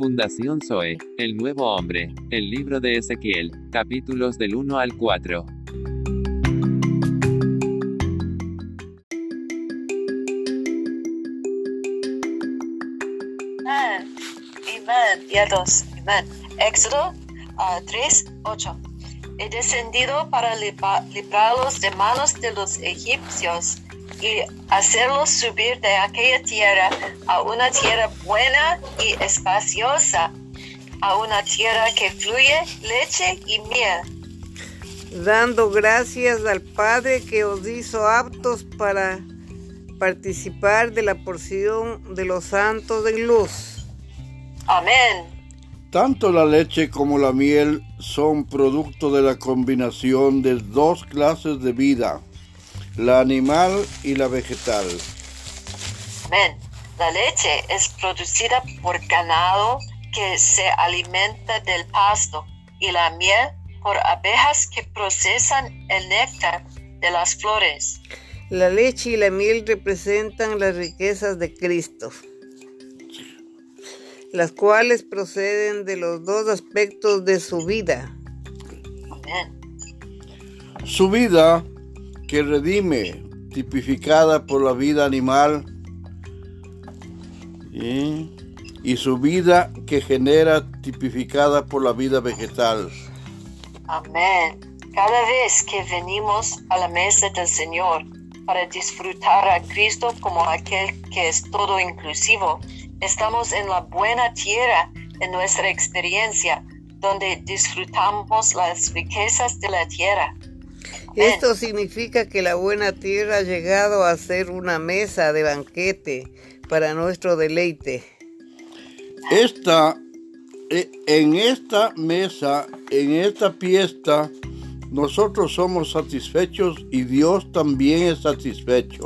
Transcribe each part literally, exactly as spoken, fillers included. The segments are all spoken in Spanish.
Fundación Zoe, El Nuevo Hombre, el libro de Ezequiel, capítulos del uno al cuatro. Amén. Amén. Y a dos. Amén. Éxodo uh, tres, ocho. He descendido para libra- librarlos de manos de los egipcios y hacerlos subir de aquella tierra a una tierra buena y espaciosa, a una tierra que fluye leche y miel. Dando gracias al Padre que os hizo aptos para participar de la porción de los santos de luz. Amén. Tanto la leche como la miel son producto de la combinación de dos clases de vida, la animal y la vegetal. Amén. La leche es producida por ganado que se alimenta del pasto y la miel por abejas que procesan el néctar de las flores. La leche y la miel representan las riquezas de Cristo, las cuales proceden de los dos aspectos de su vida. Amén. Su vida que redime, tipificada por la vida animal, y, y su vida que genera, tipificada por la vida vegetal. Amén. Cada vez que venimos a la mesa del Señor para disfrutar a Cristo como aquel que es todo inclusivo, estamos en la buena tierra en nuestra experiencia, donde disfrutamos las riquezas de la tierra. Esto significa que la buena tierra ha llegado a ser una mesa de banquete para nuestro deleite. Esta, en esta mesa, en esta fiesta, nosotros somos satisfechos y Dios también es satisfecho.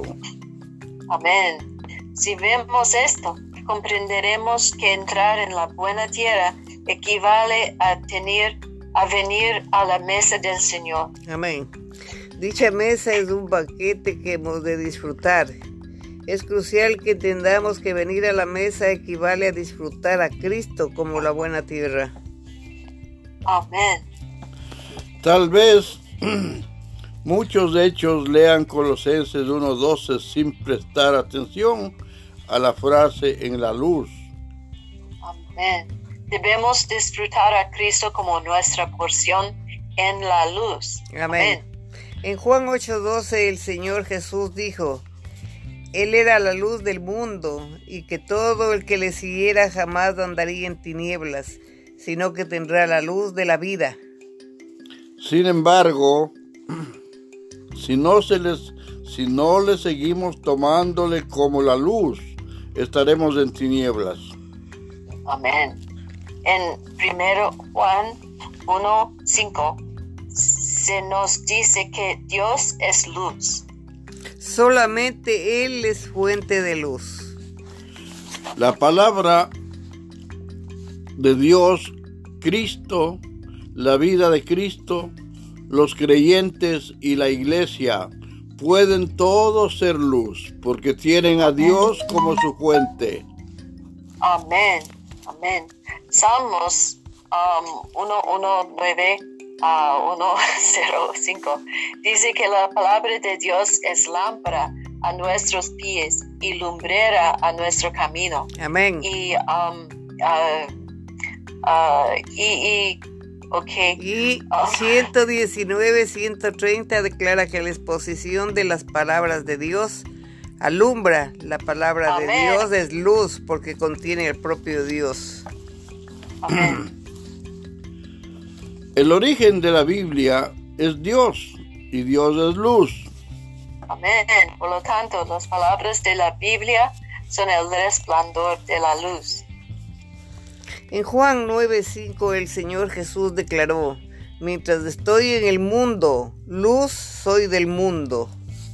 Amén. Si vemos esto, comprenderemos que entrar en la buena tierra equivale a tener, a venir a la mesa del Señor. Amén. Dicha mesa es un banquete que hemos de disfrutar. Es crucial que entendamos que venir a la mesa equivale a disfrutar a Cristo como la buena tierra. Amén. Tal vez muchos de ellos lean Colosenses uno doce sin prestar atención a la frase en la luz. Amén. Debemos disfrutar a Cristo como nuestra porción en la luz. Amén. Amén. En Juan ocho doce el Señor Jesús dijo: Él era la luz del mundo, y que todo el que le siguiera jamás andaría en tinieblas, sino que tendrá la luz de la vida. Sin embargo, si no se les, si no le seguimos tomándole como la luz, estaremos en tinieblas. Amén. En primero Juan uno cinco se nos dice que Dios es luz. Solamente Él es fuente de luz. La palabra de Dios, Cristo, la vida de Cristo, los creyentes y la iglesia pueden todos ser luz porque tienen a Dios como su fuente. Amén. Amén. Salmos um, uno nueve a uno cero cinco dice que la palabra de Dios es lámpara a nuestros pies y lumbrera a nuestro camino. Amén. Y, um, uh, uh, y, y Okay. Y Oh. ciento diecinueve, ciento treinta declara que la exposición de las palabras de Dios alumbra. La palabra Amén. de Dios es luz porque contiene el propio Dios. Amén. El origen de la Biblia es Dios y Dios es luz. Amén. Por lo tanto, las palabras de la Biblia son el resplandor de la luz. En Juan nueve cinco el Señor Jesús declaró: Mientras estoy en el mundo, luz soy del mundo.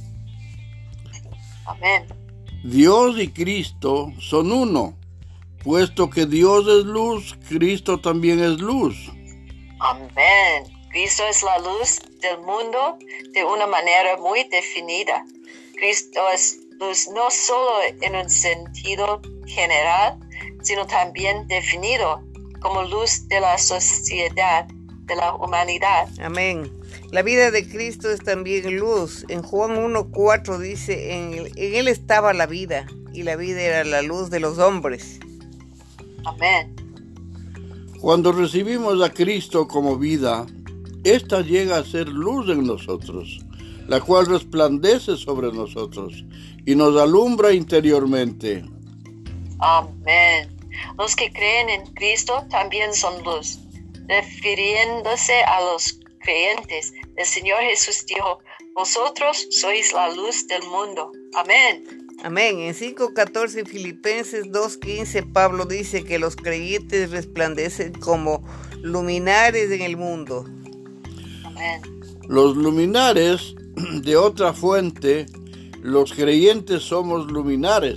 Amén. Dios y Cristo son uno. Puesto que Dios es luz, Cristo también es luz. Amén. Cristo es la luz del mundo de una manera muy definida. Cristo es luz no solo en un sentido general, sino también definido como luz de la sociedad, de la humanidad. Amén. La vida de Cristo es también luz. En Juan uno cuatro dice, en él, en él estaba la vida, y la vida era la luz de los hombres. Amén. Cuando recibimos a Cristo como vida, ésta llega a ser luz en nosotros, la cual resplandece sobre nosotros y nos alumbra interiormente. Amén. Los que creen en Cristo también son luz. Refiriéndose a los creyentes, el Señor Jesús dijo, vosotros sois la luz del mundo. Amén. Amén. En cinco catorce Filipenses dos quince Pablo dice que los creyentes resplandecen como luminares en el mundo. Amén. Los luminares de otra fuente, los creyentes somos luminares.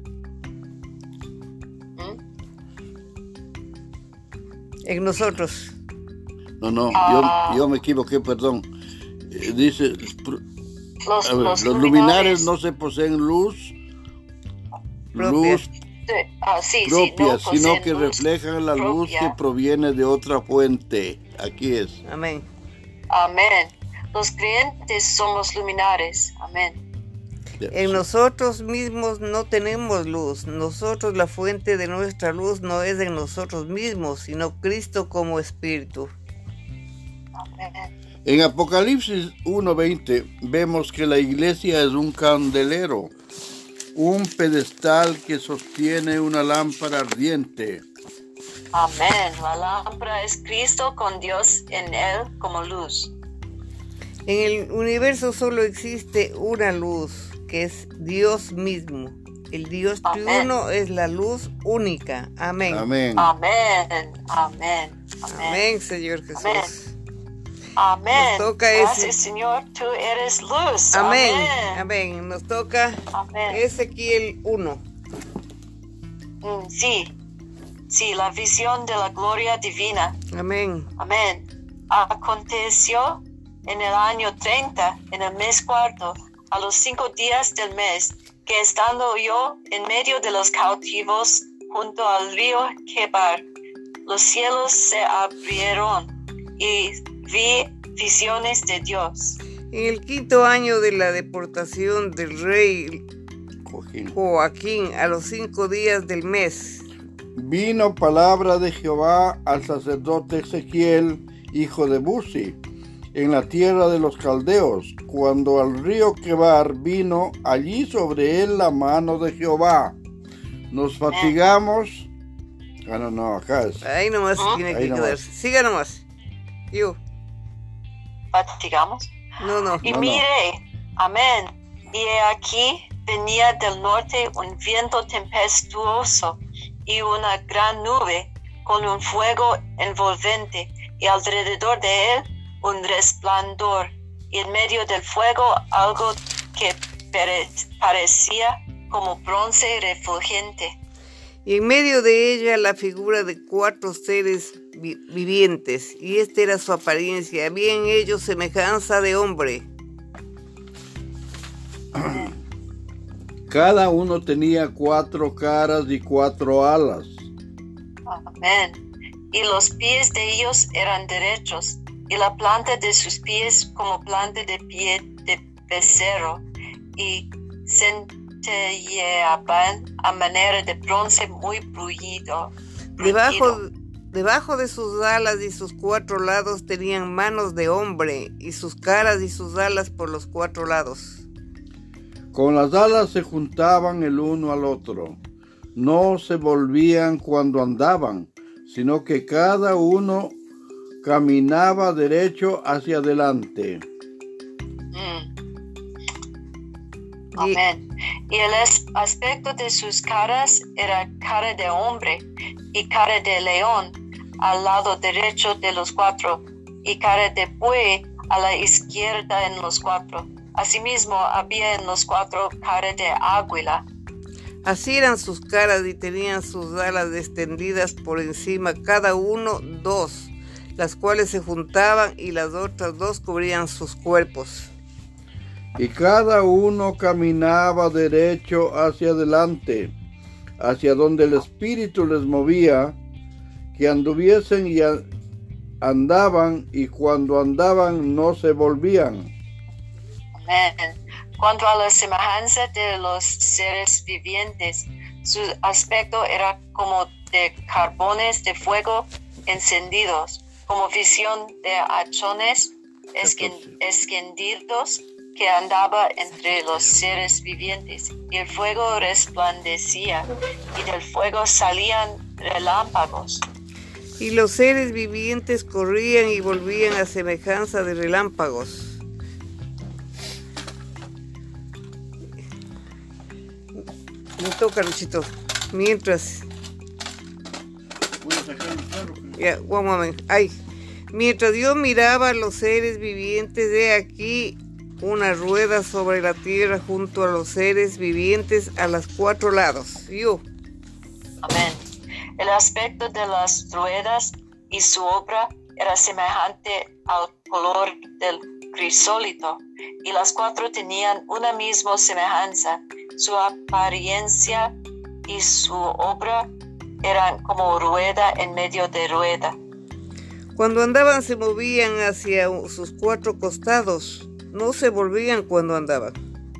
En nosotros. No, no, Ah. yo, yo me equivoqué, perdón. Eh, dice, pr- Los, a ver, los los luminares no se poseen luz, Propia. luz de- ah, sí, propia, sí, no sino poseen que luz reflejan la luz propia. que proviene de otra fuente. Aquí es. Amén. Amén. Los creyentes somos luminares. Amén. En nosotros mismos no tenemos luz. Nosotros, la fuente de nuestra luz no es en nosotros mismos, sino Cristo como Espíritu. Amén. En Apocalipsis uno veinte vemos que la iglesia es un candelero, un pedestal que sostiene una lámpara ardiente. Amén. La lámpara es Cristo con Dios en él como luz. En el universo solo existe una luz, que es Dios mismo. El Dios Amén. triuno es la luz única. Amén. Amén. Amén. Amén. Amén. Amén, Señor Jesús. Amén. Amén. Nos toca ese- Gracias, Señor. Tú eres luz. Amén. Amén. Amén. Nos toca Amén. Ezequiel uno. Mm, sí. Sí, la visión de la gloria divina. Amén. Amén. Aconteció en el año treinta, en el mes cuarto, a los cinco días del mes, que estando yo en medio de los cautivos junto al río Quebar, los cielos se abrieron y vi visiones de Dios. En el quinto año de la deportación del rey Joaquín. Joaquín, a los cinco días del mes, Vino palabra de Jehová al sacerdote Ezequiel, hijo de Buzi, en la tierra de los caldeos, cuando al río Quebar vino allí sobre él la mano de Jehová. Nos fatigamos. Ah, no, no, acá es. ahí nomás ¿Ah? tiene Ahí que nomás. quedarse. Siga nomás. Yo. Fatigamos. No, no. Y No, no. miré, amén, y he aquí venía del norte un viento tempestuoso y una gran nube con un fuego envolvente, y alrededor de él un resplandor, y en medio del fuego algo que pare- parecía como bronce refulgente. Y en medio de ella la figura de cuatro seres vi- vivientes, y esta era su apariencia. Había en ellos semejanza de hombre. Cada uno tenía cuatro caras y cuatro alas. Amén. Y los pies de ellos eran derechos, y la planta de sus pies como planta de pie de becerro, y centelleaban a manera de bronce muy bruñido. Debajo, bruñido. debajo de sus alas y sus cuatro lados tenían manos de hombre, y sus caras y sus alas por los cuatro lados. Con las alas se juntaban el uno al otro. No se volvían cuando andaban, sino que cada uno caminaba derecho hacia adelante. Mm. Y- Amén. Y el es- aspecto de sus caras era cara de hombre y cara de león al lado derecho de los cuatro, y cara de buey a la izquierda en los cuatro. Asimismo había en los cuatro cara de águila. Así eran sus caras, y tenían sus alas extendidas por encima, cada uno dos, las cuales se juntaban, y las otras dos cubrían sus cuerpos. Y cada uno caminaba derecho hacia adelante. hacia donde el Espíritu les movía, que anduviesen y andaban, y cuando andaban no se volvían. Amén. Cuanto a la semejanza de los seres vivientes, su aspecto era como de carbones de fuego encendidos, como visión de hachones escondidos que andaba entre los seres vivientes, y el fuego resplandecía, y del fuego salían relámpagos. Y los seres vivientes corrían y volvían a semejanza de relámpagos. Me toca, Luchito. Mientras... Voy a sacar el carro. Ya, one moment. Ay. Mientras yo miraba a los seres vivientes, de aquí una rueda sobre la tierra junto a los seres vivientes a los cuatro lados. Yo. Amén. El aspecto de las ruedas y su obra era semejante al color del crisólito, y las cuatro tenían una misma semejanza. Su apariencia y su obra eran como rueda en medio de rueda. Cuando andaban se movían hacia sus cuatro costados, no se volvían cuando andaban.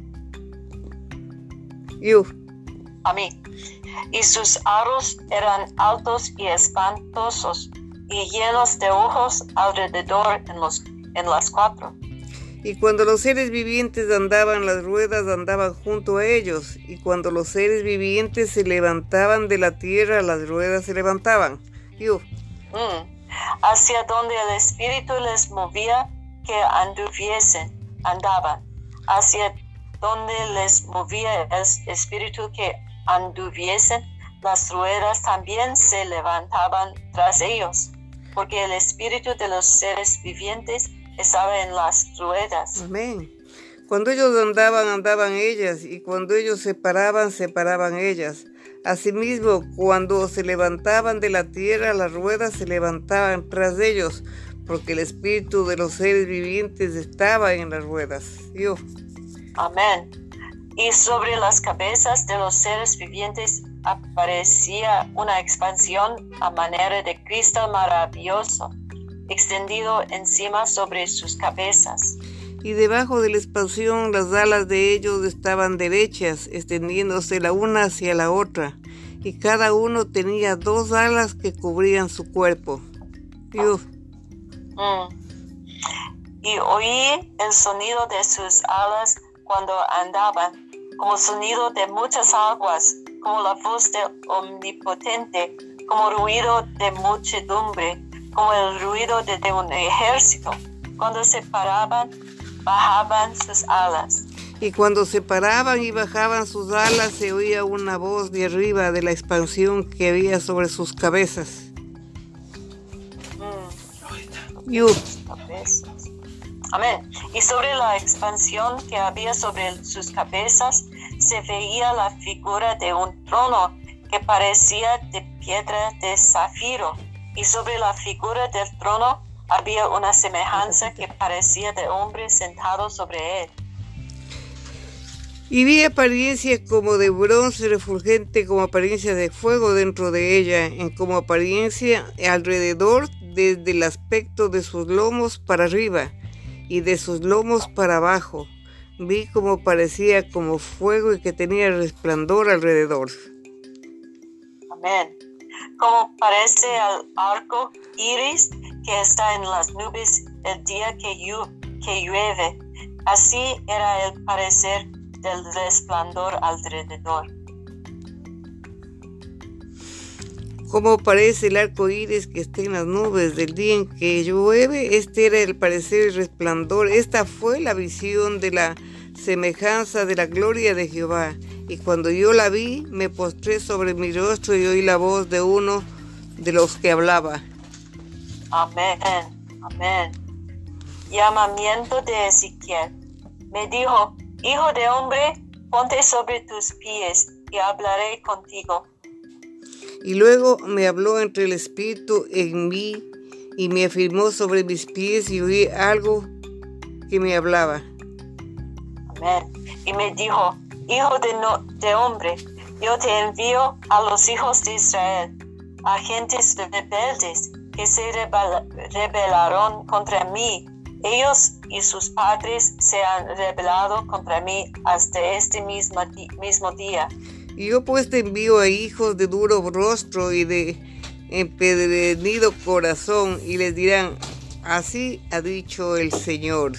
Yo. A mí. Y sus aros eran altos y espantosos, y llenos de ojos alrededor en, los, en las cuatro. Y cuando los seres vivientes andaban, las ruedas andaban junto a ellos, y cuando los seres vivientes se levantaban de la tierra, las ruedas se levantaban. Yo. Mm. Hacia donde el Espíritu les movía, que anduviesen, andaban. Hacia donde les movía el Espíritu que anduviesen, las ruedas también se levantaban tras ellos, porque el Espíritu de los seres vivientes estaba en las ruedas. Amén. Cuando ellos andaban, andaban ellas, y cuando ellos se paraban, se paraban ellas. Asimismo, cuando se levantaban de la tierra, las ruedas se levantaban tras ellos, porque el espíritu de los seres vivientes estaba en las ruedas. Yo. Amén. Y sobre las cabezas de los seres vivientes aparecía una expansión a manera de cristal maravilloso, extendido encima sobre sus cabezas. Y debajo de la expansión las alas de ellos estaban derechas, extendiéndose la una hacia la otra, y cada uno tenía dos alas que cubrían su cuerpo. Dios. Mm. Y oí el sonido de sus alas cuando andaban, como sonido de muchas aguas, como la voz del Omnipotente, como ruido de muchedumbre, como el ruido de, de un ejército. Cuando se paraban, bajaban sus alas. Y cuando se paraban y bajaban sus alas, se oía una voz de arriba de la expansión que había sobre sus cabezas. Mm. Yo. Amén. Y sobre la expansión que había sobre sus cabezas, se veía la figura de un trono que parecía de piedra de zafiro. Y sobre la figura del trono había una semejanza que parecía de hombre sentado sobre él. Y vi apariencia como de bronce refulgente, como apariencia de fuego dentro de ella, en como apariencia alrededor, desde el aspecto de sus lomos para arriba y de sus lomos para abajo. Vi como parecía como fuego y que tenía resplandor alrededor. Amén. Como parece el arco iris que está en las nubes el día que, llu- que llueve. Así era el parecer del resplandor alrededor. Como parece el arco iris que está en las nubes del día en que llueve, este era el parecer y resplandor. Esta fue la visión de la semejanza de la gloria de Jehová. Y cuando yo la vi, me postré sobre mi rostro y oí la voz de uno de los que hablaba. Amén, amén. Llamamiento de Ezequiel. Me dijo: Hijo de hombre, ponte sobre tus pies y hablaré contigo. Y luego me habló entre el espíritu en mí y me afirmó sobre mis pies y oí algo que me hablaba. Amén. Y me dijo: Hijo de, no, de hombre, yo te envío a los hijos de Israel, a gentes rebeldes que se rebel- rebelaron contra mí. Ellos y sus padres se han rebelado contra mí hasta este mismo, di- mismo día. Y yo pues te envío a hijos de duro rostro y de empedernido corazón, y les dirán, así ha dicho el Señor.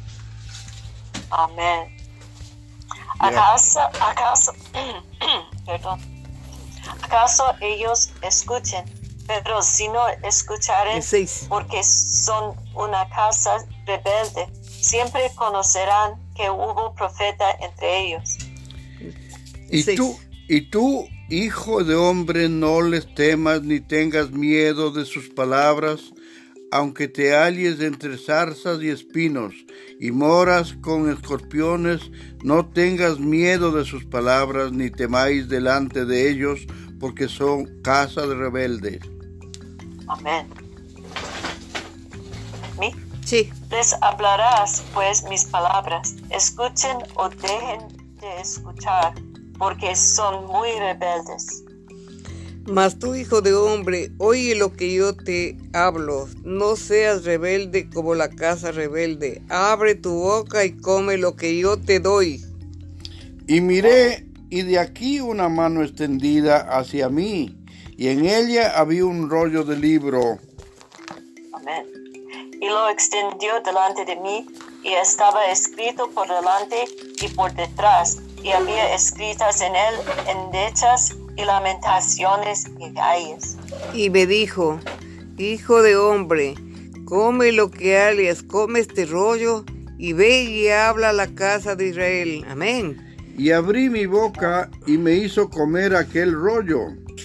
Amén. ¿Acaso, acaso, perdón, acaso ellos escuchen? Pero si no escucharen, El seis. porque son una casa rebelde, siempre conocerán que hubo profeta entre ellos. Y Seis. tú, y tú, hijo de hombre, no les temas ni tengas miedo de sus palabras, aunque te halles entre zarzas y espinos, y moras con escorpiones, no tengas miedo de sus palabras, ni temáis delante de ellos, porque son casa de rebeldes. Amén. ¿Mí? Sí. Les hablarás pues mis palabras, escuchen o dejen de escuchar, porque son muy rebeldes. Mas tú, hijo de hombre, oye lo que yo te hablo, no seas rebelde como la casa rebelde, abre tu boca y come lo que yo te doy. Y miré, y de aquí una mano extendida hacia mí, y en ella había un rollo de libro. Amén. Y lo extendió delante de mí, y estaba escrito por delante y por detrás, y había escritas en él endechas y lamentaciones y ayes. Y me dijo, hijo de hombre, come lo que hayas, come este rollo, y ve y habla a la casa de Israel. Amén. Y abrí mi boca, y me hizo comer aquel rollo.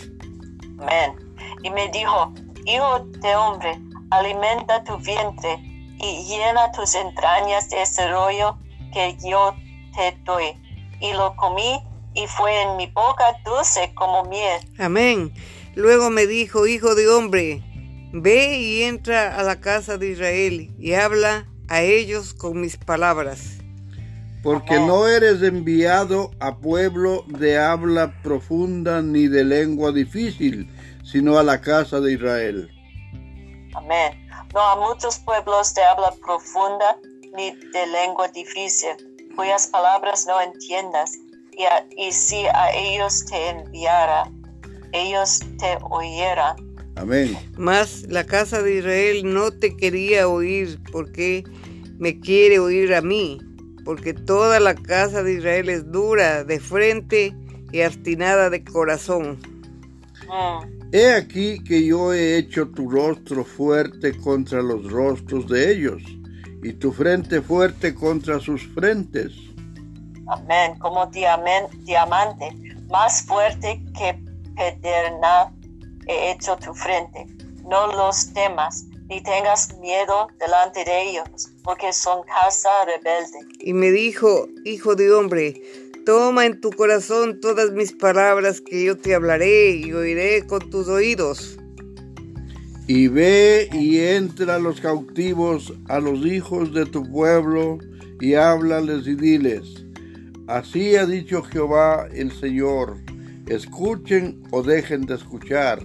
Amén. Y me dijo, hijo de hombre, alimenta tu vientre y llena tus entrañas de ese rollo que yo te doy. Y lo comí, y fue en mi boca dulce como miel. Amén. Luego me dijo, hijo de hombre, ve y entra a la casa de Israel, y habla a ellos con mis palabras. Porque Amén. no eres enviado a pueblo de habla profunda ni de lengua difícil, sino a la casa de Israel. Amén. No a muchos pueblos de habla profunda ni de lengua difícil, cuyas palabras no entiendas, y, a, y si a ellos te enviara, ellos te oyeran. Amén. Mas la casa de Israel no te quería oír, porque me quiere oír a mí, porque toda la casa de Israel es dura de frente y obstinada de corazón. Mm. He aquí que yo he hecho tu rostro fuerte contra los rostros de ellos, y tu frente fuerte contra sus frentes. Amén. Como diamen- diamante, más fuerte que pedernal he hecho tu frente. No los temas, ni tengas miedo delante de ellos, porque son casa rebelde. Y me dijo, hijo de hombre, toma en tu corazón todas mis palabras que yo te hablaré y oiré con tus oídos. Y ve y entra a los cautivos, a los hijos de tu pueblo, y háblales y diles, así ha dicho Jehová el Señor, escuchen o dejen de escuchar.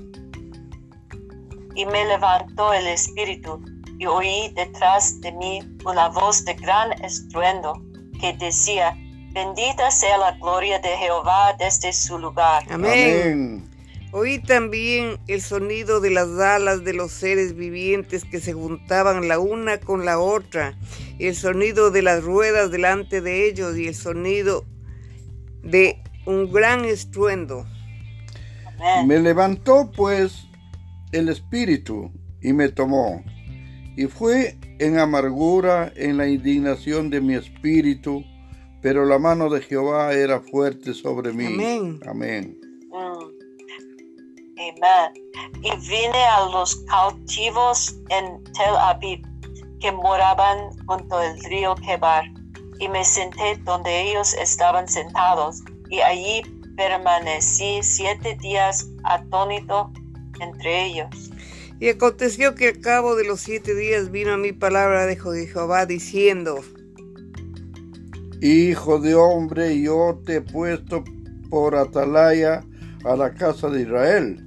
Y me levantó el espíritu, y oí detrás de mí una voz de gran estruendo, que decía, bendita sea la gloria de Jehová desde su lugar. Amén. Amén. Oí también el sonido de las alas de los seres vivientes que se juntaban la una con la otra, y el sonido de las ruedas delante de ellos, y el sonido de un gran estruendo. Amén. Me levantó pues el espíritu y me tomó, y fue en amargura en la indignación de mi espíritu, pero la mano de Jehová era fuerte sobre mí. Amén. Amén. Mm. Amén. Y vine a los cautivos en Tel Aviv, que moraban junto al río Quebar, y me senté donde ellos estaban sentados, y allí permanecí siete días atónito entre ellos. Y aconteció que al cabo de los siete días vino a mí palabra de Jehová diciendo, Hijo de hombre, yo te he puesto por atalaya a la casa de Israel.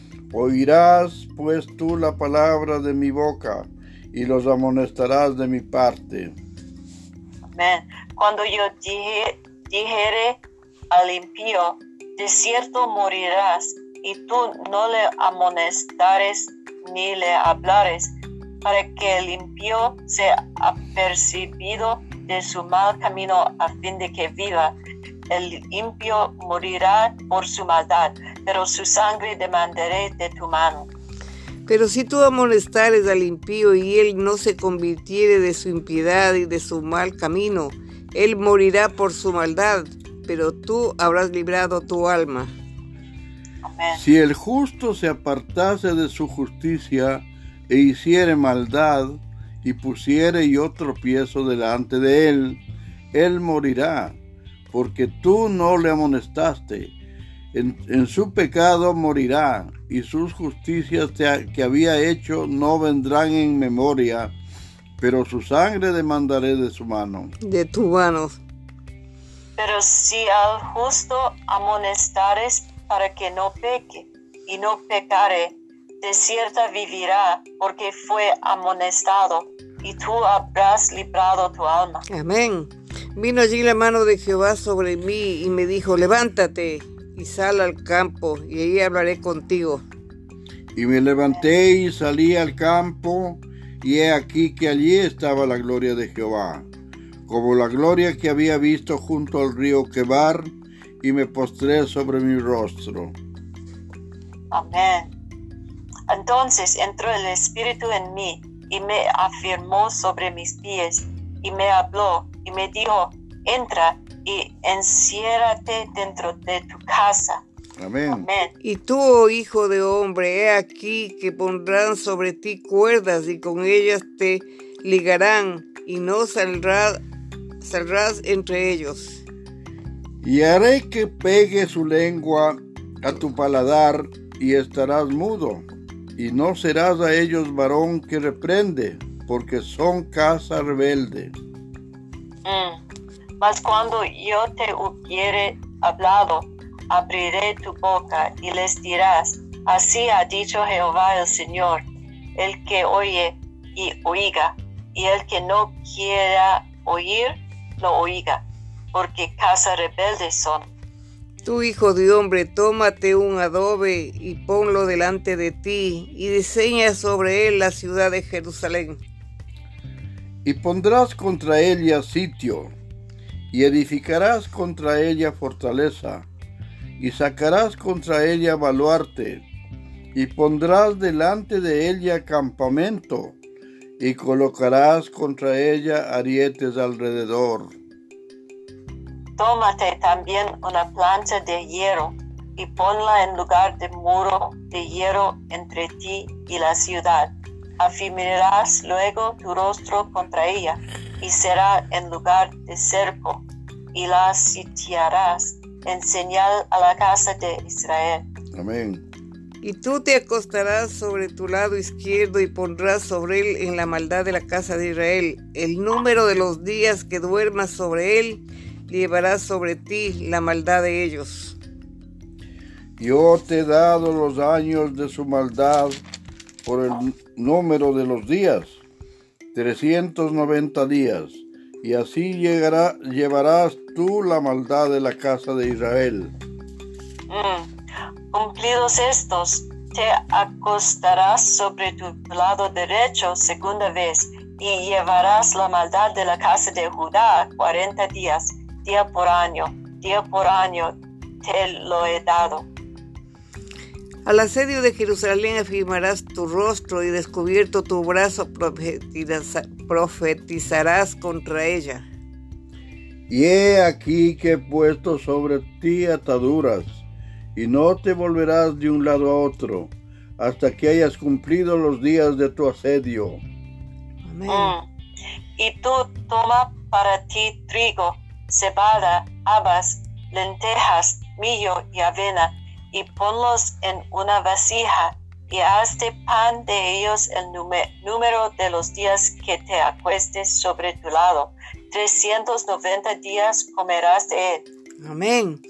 Oirás pues tú la palabra de mi boca, y los amonestarás de mi parte. Amén. Cuando yo dije, dijere al impío, de cierto morirás, y tú no le amonestares ni le hablares, para que el impío sea apercibido de su mal camino a fin de que viva. El impío morirá por su maldad, pero su sangre demandaré de tu mano. Pero si tú amonestares al impío y él no se convirtiere de su impiedad y de su mal camino, él morirá por su maldad, pero tú habrás librado tu alma. Amén. Si el justo se apartase de su justicia e hiciere maldad y pusiere yo tropiezo delante de él, él morirá, porque tú no le amonestaste. En, en su pecado morirá, y sus justicias te, que había hecho no vendrán en memoria, pero su sangre demandaré de su mano. De tu mano. Pero si al justo amonestares para que no peque, y no pecare, de cierta vivirá, porque fue amonestado, y tú habrás librado tu alma. Amén. Vino allí la mano de Jehová sobre mí y me dijo, levántate y sal al campo, y ahí hablaré contigo. Y me levanté y salí al campo, y he aquí que allí estaba la gloria de Jehová, como la gloria que había visto junto al río Quebar, y me postré sobre mi rostro. Amén. Entonces entró el Espíritu en mí, y me afirmó sobre mis pies, y me habló, y me dijo, entra y enciérrate dentro de tu casa. Amén. Amén. Y tú, oh hijo de hombre, he aquí que pondrán sobre ti cuerdas, y con ellas te ligarán, y no saldrás, saldrás entre ellos. Y haré que pegue su lengua a tu paladar, y estarás mudo, y no serás a ellos varón que reprende, porque son casa rebelde. Mm. Mas cuando yo te hubiere hablado, abriré tu boca y les dirás, así ha dicho Jehová el Señor, el que oye y oiga, y el que no quiera oír, lo oiga, porque casa rebelde son. Tú, hijo de hombre, tómate un adobe y ponlo delante de ti, y diseña sobre él la ciudad de Jerusalén. Y pondrás contra ella sitio, y edificarás contra ella fortaleza, y sacarás contra ella baluarte, y pondrás delante de ella campamento, y colocarás contra ella arietes alrededor. Tómate también una plancha de hierro, y ponla en lugar de muro de hierro entre ti y la ciudad. Afirmarás luego tu rostro contra ella, y será en lugar de cerco, y la sitiarás en señal a la casa de Israel. Amén. Y tú te acostarás sobre tu lado izquierdo y pondrás sobre él en la maldad de la casa de Israel. El número de los días que duermas sobre él, llevarás sobre ti la maldad de ellos. Yo te he dado los años de su maldad por el número de los días, trescientos noventa días, y así llegará, llevarás tú la maldad de la casa de Israel. Mm. Cumplidos estos, te acostarás sobre tu lado derecho segunda vez, y llevarás la maldad de la casa de Judá cuarenta días, día por año, día por año te lo he dado. Al asedio de Jerusalén afirmarás tu rostro, y descubierto tu brazo profetizarás contra ella. Y he aquí que he puesto sobre ti ataduras, y no te volverás de un lado a otro, hasta que hayas cumplido los días de tu asedio. Amén. Mm. Y tú toma para ti trigo, cebada, habas, lentejas, millo y avena, y ponlos en una vasija, y hazte pan de ellos el número de los días que te acuestes sobre tu lado. trescientos noventa días comerás de él. Amén.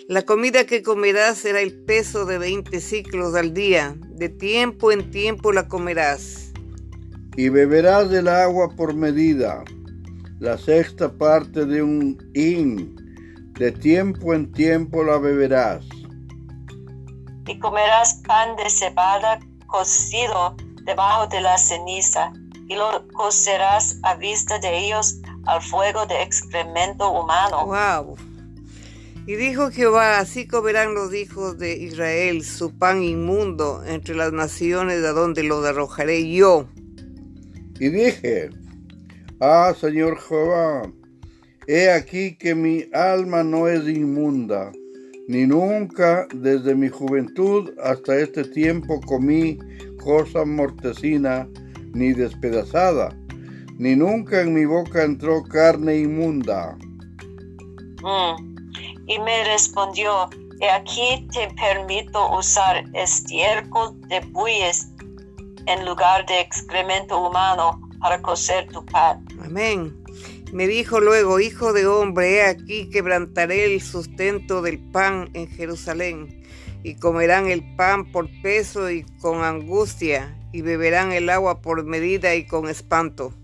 La comida que comerás será el peso de veinte ciclos al día. De tiempo en tiempo la comerás. Y beberás del agua por medida, la sexta parte de un hin. De tiempo en tiempo la beberás. Y comerás pan de cebada cocido debajo de la ceniza, y lo cocerás a vista de ellos al fuego de excremento humano. Wow. Y dijo Jehová: así comerán los hijos de Israel su pan inmundo entre las naciones a donde los arrojaré yo. Y dije: ah, Señor Jehová, he aquí que mi alma no es inmunda, ni nunca desde mi juventud hasta este tiempo comí cosa mortecina ni despedazada, ni nunca en mi boca entró carne inmunda. Mm. Y me respondió: he aquí te permito usar estiércol de bueyes en lugar de excremento humano para cocer tu pan. Amén. Me dijo luego: hijo de hombre, he aquí quebrantaré el sustento del pan en Jerusalén, y comerán el pan por peso y con angustia, y beberán el agua por medida y con espanto.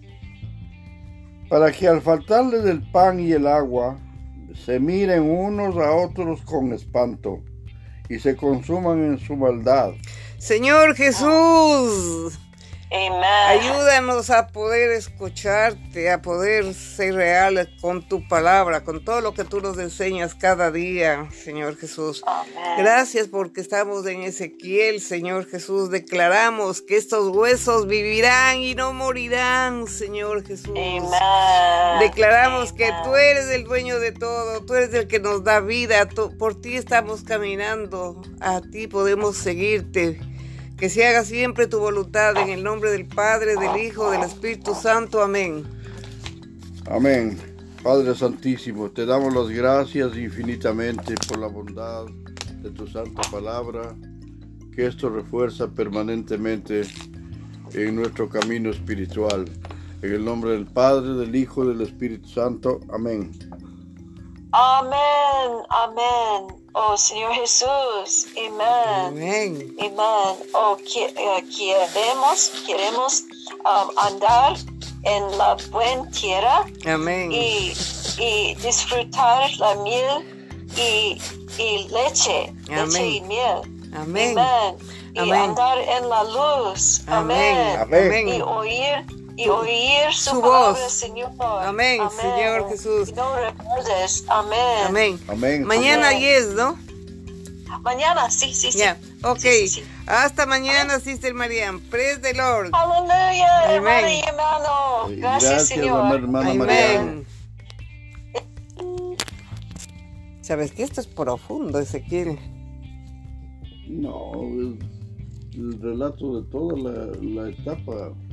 Para que al faltarle del pan y el agua, se miren unos a otros con espanto, y se consuman en su maldad. Señor Jesús, Amén. ayúdanos a poder escucharte, a poder ser reales con tu palabra, con todo lo que tú nos enseñas cada día, Señor Jesús. Amén. Gracias porque estamos en Ezequiel, Señor Jesús. Declaramos que estos huesos vivirán y no morirán, Señor Jesús. Amén. Declaramos que Amén. tú eres el dueño de todo, tú eres el que nos da vida, tú, por ti estamos caminando, a ti podemos seguirte. Que se haga siempre tu voluntad, en el nombre del Padre, del Hijo, del Espíritu Santo. Amén. Amén. Padre Santísimo, te damos las gracias infinitamente por la bondad de tu santa palabra, que esto refuerza permanentemente en nuestro camino espiritual. En el nombre del Padre, del Hijo y del Espíritu Santo. Amén. Amén. Amén. Oh Señor Jesús. Amén. Amén. Amén. Oh, que, eh, queremos, queremos um, andar en la buena tierra Amén. y, y disfrutar la miel y, y leche, Amén. leche y miel. Amén. Amén. Y Amén. andar en la luz. Amén. Amén. Amén. Y oír, y oír su, Su palabra, voz. Señor. Amén, Señor Jesús. Y no recuerdes. Amén. Amén. Amén. Mañana Amén. diez, ¿no? Mañana, sí, sí, sí. Ya, ok. Sí, sí, sí. Hasta mañana, Sister Marian. Praise the Lord. Aleluya, Amén. hermana y hermano. Eh, Gracias, Señor. hermana María. Amén. ¿Sabes que esto es profundo, Ezequiel? No, es el relato de toda la, la etapa